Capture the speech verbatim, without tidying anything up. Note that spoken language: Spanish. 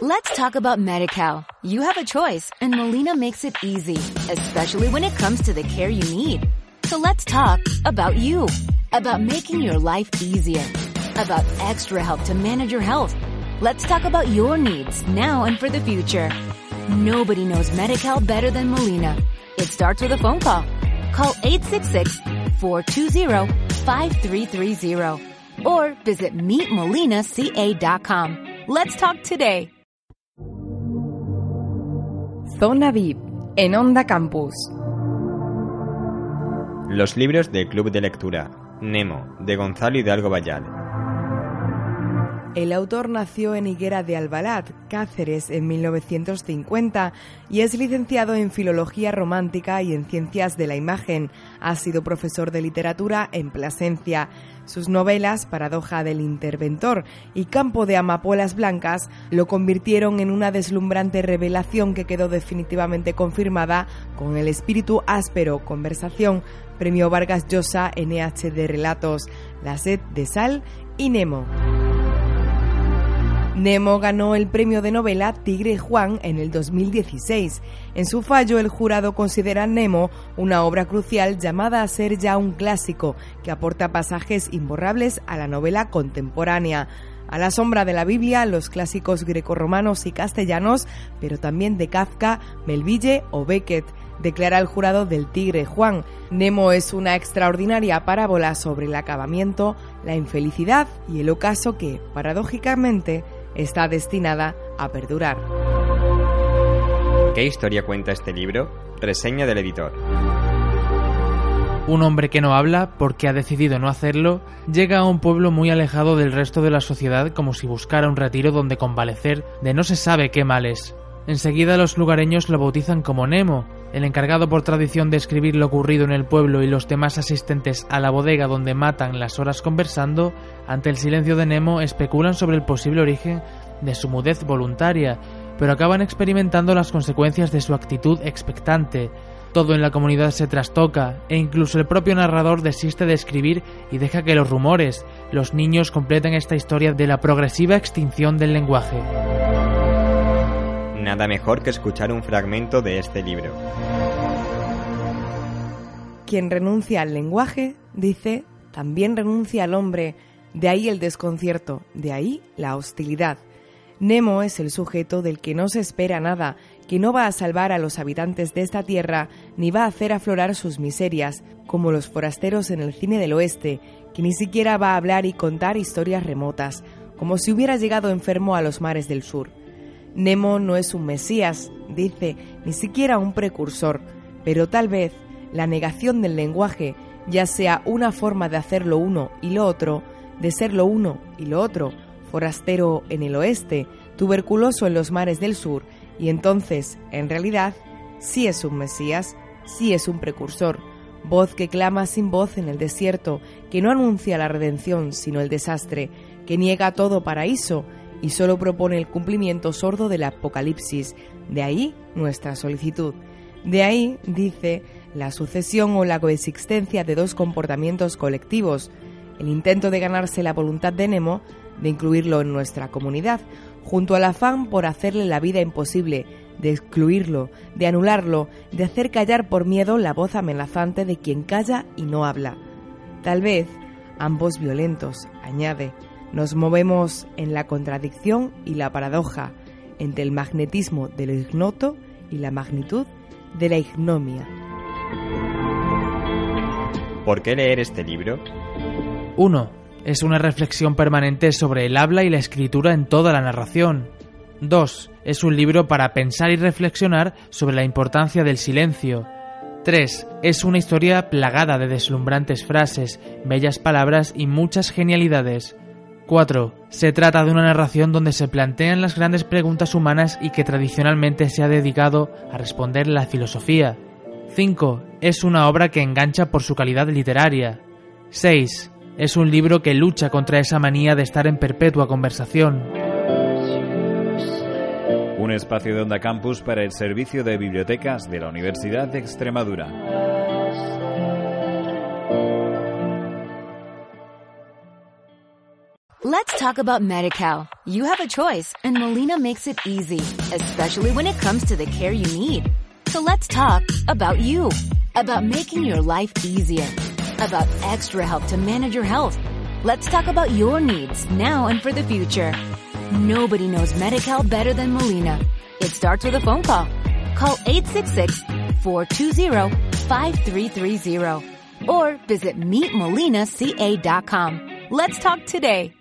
Let's talk about Medi-Cal. You have a choice, and Molina makes it easy, especially when it comes to the care you need. So let's talk about you, about making your life easier, about extra help to manage your health. Let's talk about your needs now and for the future. Nobody knows Medi-Cal better than Molina. It starts with a phone call. Call eight six six, four two zero, five three three zero or visit meet molina c a dot com. Let's talk today. Zona V I P, en Onda Campus. Los libros del Club de Lectura. Nemo, de Gonzalo Hidalgo Vallal. El autor nació en Higuera de Albalat, Cáceres, en mil novecientos cincuenta y es licenciado en Filología Romántica y en Ciencias de la Imagen. Ha sido profesor de literatura en Plasencia. Sus novelas, Paradoja del Interventor y Campo de Amapolas Blancas, lo convirtieron en una deslumbrante revelación que quedó definitivamente confirmada con El espíritu áspero, Conversación, Premio Vargas Llosa N H de Relatos, La sed de sal y Nemo. Nemo ganó el premio de novela Tigre Juan en el dos mil dieciséis. En su fallo, el jurado considera Nemo una obra crucial llamada a ser ya un clásico, que aporta pasajes imborrables a la novela contemporánea. A la sombra de la Biblia, los clásicos grecorromanos y castellanos, pero también de Kafka, Melville o Beckett, declara el jurado del Tigre Juan. Nemo es una extraordinaria parábola sobre el acabamiento, la infelicidad y el ocaso que, paradójicamente, está destinada a perdurar. ¿Qué historia cuenta este libro? Reseña del editor. Un hombre que no habla, porque ha decidido no hacerlo, llega a un pueblo muy alejado del resto de la sociedad como si buscara un retiro donde convalecer de no se sabe qué males. Enseguida los lugareños lo bautizan como Nemo. El encargado por tradición de escribir lo ocurrido en el pueblo y los demás asistentes a la bodega donde matan las horas conversando, ante el silencio de Nemo especulan sobre el posible origen de su mudez voluntaria, pero acaban experimentando las consecuencias de su actitud expectante. Todo en la comunidad se trastoca, e incluso el propio narrador desiste de escribir y deja que los rumores, los niños completen esta historia de la progresiva extinción del lenguaje. Nada mejor que escuchar un fragmento de este libro. Quien renuncia al lenguaje, dice, también renuncia al hombre. De ahí el desconcierto, de ahí la hostilidad. Nemo es el sujeto del que no se espera nada, que no va a salvar a los habitantes de esta tierra, ni va a hacer aflorar sus miserias, como los forasteros en el cine del oeste, que ni siquiera va a hablar y contar historias remotas, como si hubiera llegado enfermo a los mares del sur. Nemo no es un mesías, dice, ni siquiera un precursor, pero tal vez la negación del lenguaje, ya sea una forma de hacer lo uno y lo otro, de ser lo uno y lo otro, forastero en el oeste, tuberculoso en los mares del sur, y entonces, en realidad, sí es un mesías, sí es un precursor, voz que clama sin voz en el desierto, que no anuncia la redención sino el desastre, que niega todo paraíso, y solo propone el cumplimiento sordo del apocalipsis. De ahí nuestra solicitud. De ahí, dice, la sucesión o la coexistencia de dos comportamientos colectivos, el intento de ganarse la voluntad de Nemo, de incluirlo en nuestra comunidad, junto al afán por hacerle la vida imposible, de excluirlo, de anularlo, de hacer callar por miedo la voz amenazante de quien calla y no habla. Tal vez, ambos violentos, añade, nos movemos en la contradicción y la paradoja, entre el magnetismo de lo ignoto y la magnitud de la ignomia. ¿Por qué leer este libro? uno. Es una reflexión permanente sobre el habla y la escritura en toda la narración. dos. Es un libro para pensar y reflexionar sobre la importancia del silencio. tres. Es una historia plagada de deslumbrantes frases, bellas palabras y muchas genialidades. cuatro. Se trata de una narración donde se plantean las grandes preguntas humanas y que tradicionalmente se ha dedicado a responder la filosofía. cinco. Es una obra que engancha por su calidad literaria. seis. Es un libro que lucha contra esa manía de estar en perpetua conversación. Un espacio de Onda Campus para el Servicio de Bibliotecas de la Universidad de Extremadura. Let's talk about Medi-Cal. You have a choice, and Molina makes it easy, especially when it comes to the care you need. So let's talk about you, about making your life easier, about extra help to manage your health. Let's talk about your needs now and for the future. Nobody knows Medi-Cal better than Molina. It starts with a phone call. Call eight six six, four two zero, five three three zero or visit meet molina c a dot com. Let's talk today.